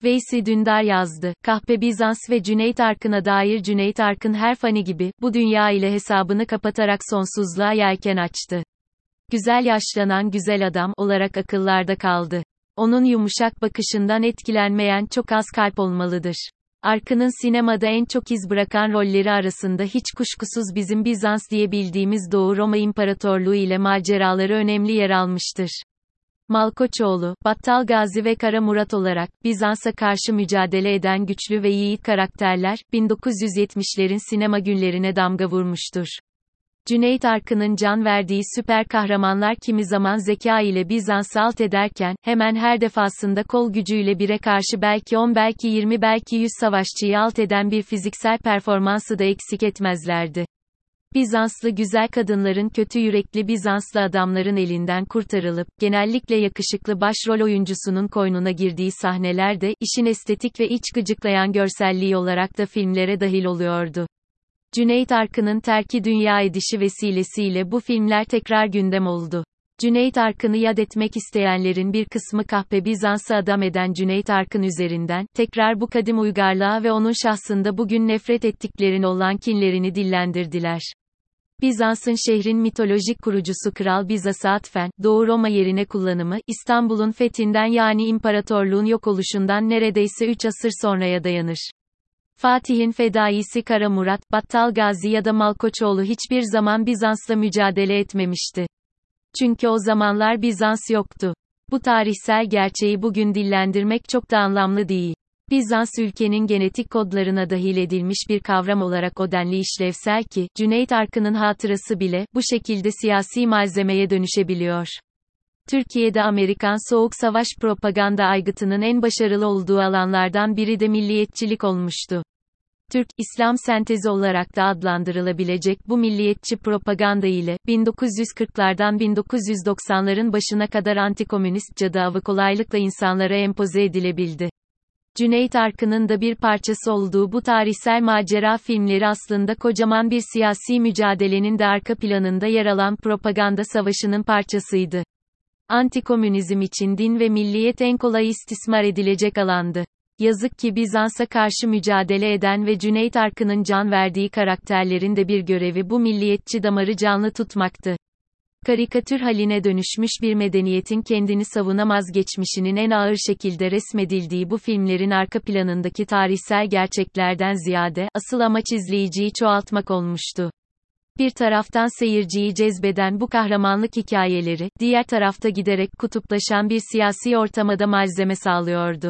Veysi Dündar yazdı. Kahpe Bizans ve Cüneyt Arkın'a dair. Cüneyt Arkın her fani gibi, bu dünya ile hesabını kapatarak sonsuzluğa yelken açtı. Güzel yaşlanan güzel adam olarak akıllarda kaldı. Onun yumuşak bakışından etkilenmeyen çok az kalp olmalıdır. Arkın'ın sinemada en çok iz bırakan rolleri arasında hiç kuşkusuz bizim Bizans diye bildiğimiz Doğu Roma İmparatorluğu ile maceraları önemli yer almıştır. Malkoçoğlu, Battal Gazi ve Kara Murat olarak, Bizans'a karşı mücadele eden güçlü ve yiğit karakterler, 1970'lerin sinema günlerine damga vurmuştur. Cüneyt Arkın'ın can verdiği süper kahramanlar kimi zaman zeka ile Bizans'ı alt ederken, hemen her defasında kol gücüyle bire karşı belki 10 belki 20 belki 100 savaşçıyı alt eden bir fiziksel performansı da eksik etmezlerdi. Bizanslı güzel kadınların kötü yürekli Bizanslı adamların elinden kurtarılıp, genellikle yakışıklı başrol oyuncusunun koynuna girdiği sahneler de, işin estetik ve iç gıcıklayan görselliği olarak da filmlere dahil oluyordu. Cüneyt Arkın'ın terki dünya edişi vesilesiyle bu filmler tekrar gündem oldu. Cüneyt Arkın'ı yad etmek isteyenlerin bir kısmı kahpe Bizans'ı adam eden Cüneyt Arkın üzerinden, tekrar bu kadim uygarlığa ve onun şahsında bugün nefret ettiklerine olan kinlerini dillendirdiler. Bizans'ın şehrin mitolojik kurucusu Kral Bizas'a atfen, Doğu Roma yerine kullanımı, İstanbul'un fethinden yani imparatorluğun yok oluşundan neredeyse 3 asır sonraya dayanır. Fatih'in fedaisi Kara Murat, Battal Gazi ya da Malkoçoğlu hiçbir zaman Bizans'la mücadele etmemişti. Çünkü o zamanlar Bizans yoktu. Bu tarihsel gerçeği bugün dillendirmek çok da anlamlı değil. Bizans ülkenin genetik kodlarına dahil edilmiş bir kavram olarak o denli işlevsel ki, Cüneyt Arkın'ın hatırası bile, bu şekilde siyasi malzemeye dönüşebiliyor. Türkiye'de Amerikan Soğuk Savaş propaganda aygıtının en başarılı olduğu alanlardan biri de milliyetçilik olmuştu. Türk-İslam sentezi olarak da adlandırılabilecek bu milliyetçi propaganda ile, 1940'lardan 1990'ların başına kadar antikomünist cadı avı kolaylıkla insanlara empoze edilebildi. Cüneyt Arkın'ın da bir parçası olduğu bu tarihsel macera filmleri aslında kocaman bir siyasi mücadelenin de arka planında yer alan propaganda savaşının parçasıydı. Antikomünizm için din ve milliyet en kolay istismar edilecek alandı. Yazık ki Bizans'a karşı mücadele eden ve Cüneyt Arkın'ın can verdiği karakterlerin de bir görevi bu milliyetçi damarı canlı tutmaktı. Karikatür haline dönüşmüş bir medeniyetin kendini savunamaz geçmişinin en ağır şekilde resmedildiği bu filmlerin arka planındaki tarihsel gerçeklerden ziyade, asıl amaç izleyiciyi çoğaltmak olmuştu. Bir taraftan seyirciyi cezbeden bu kahramanlık hikayeleri, diğer tarafta giderek kutuplaşan bir siyasi ortama da malzeme sağlıyordu.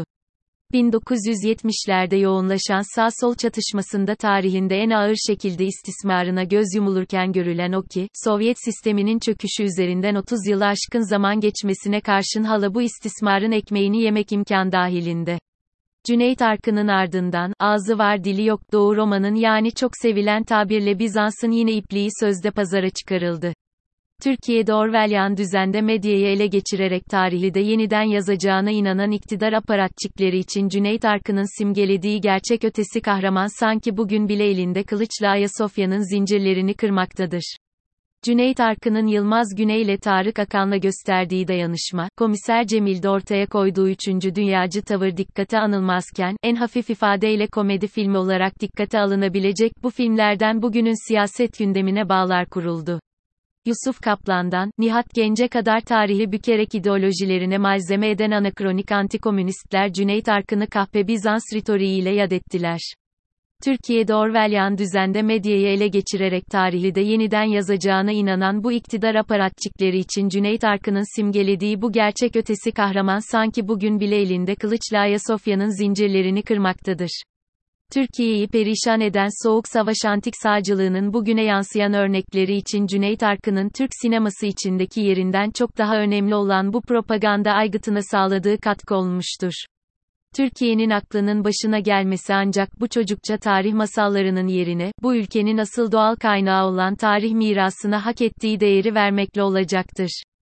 1970'lerde yoğunlaşan sağ-sol çatışmasında tarihinde en ağır şekilde istismarına göz yumulurken görülen o ki, Sovyet sisteminin çöküşü üzerinden 30 yılı aşkın zaman geçmesine karşın hala bu istismarın ekmeğini yemek imkan dahilinde. Cüneyt Arkın'ın ardından, ağzı var dili yok Doğu Roma'nın yani çok sevilen tabirle Bizans'ın yine ipliği sözde pazara çıkarıldı. Türkiye'de Orwellian düzende medyayı ele geçirerek tarihi de yeniden yazacağına inanan iktidar aparatçikleri için Cüneyt Arkın'ın simgelediği gerçek ötesi kahraman sanki bugün bile elinde kılıçla Ayasofya'nın zincirlerini kırmaktadır. Cüneyt Arkın'ın Yılmaz Güney ile Tarık Akan'la gösterdiği dayanışma, Komiser Cemil'de ortaya koyduğu 3. dünyacı tavır dikkate anılmazken, en hafif ifadeyle komedi filmi olarak dikkate alınabilecek bu filmlerden bugünün siyaset gündemine bağlar kuruldu. Yusuf Kaplan'dan, Nihat Gence'ye kadar tarihi bükerek ideolojilerine malzeme eden anakronik antikomünistler Cüneyt Arkın'ı kahpe Bizans ritoriğiyle yad ettiler. Türkiye'de Orwellian düzende medyayı ele geçirerek tarihi de yeniden yazacağına inanan bu iktidar aparatçikleri için Cüneyt Arkın'ın simgelediği bu gerçek ötesi kahraman sanki bugün bile elinde kılıçla Ayasofya'nın zincirlerini kırmaktadır. Türkiye'yi perişan eden Soğuk Savaş antik sağcılığının bugüne yansıyan örnekleri için Cüneyt Arkın'ın Türk sineması içindeki yerinden çok daha önemli olan bu propaganda aygıtına sağladığı katkı olmuştur. Türkiye'nin aklının başına gelmesi ancak bu çocukça tarih masallarının yerine, bu ülkenin asıl doğal kaynağı olan tarih mirasına hak ettiği değeri vermekle olacaktır.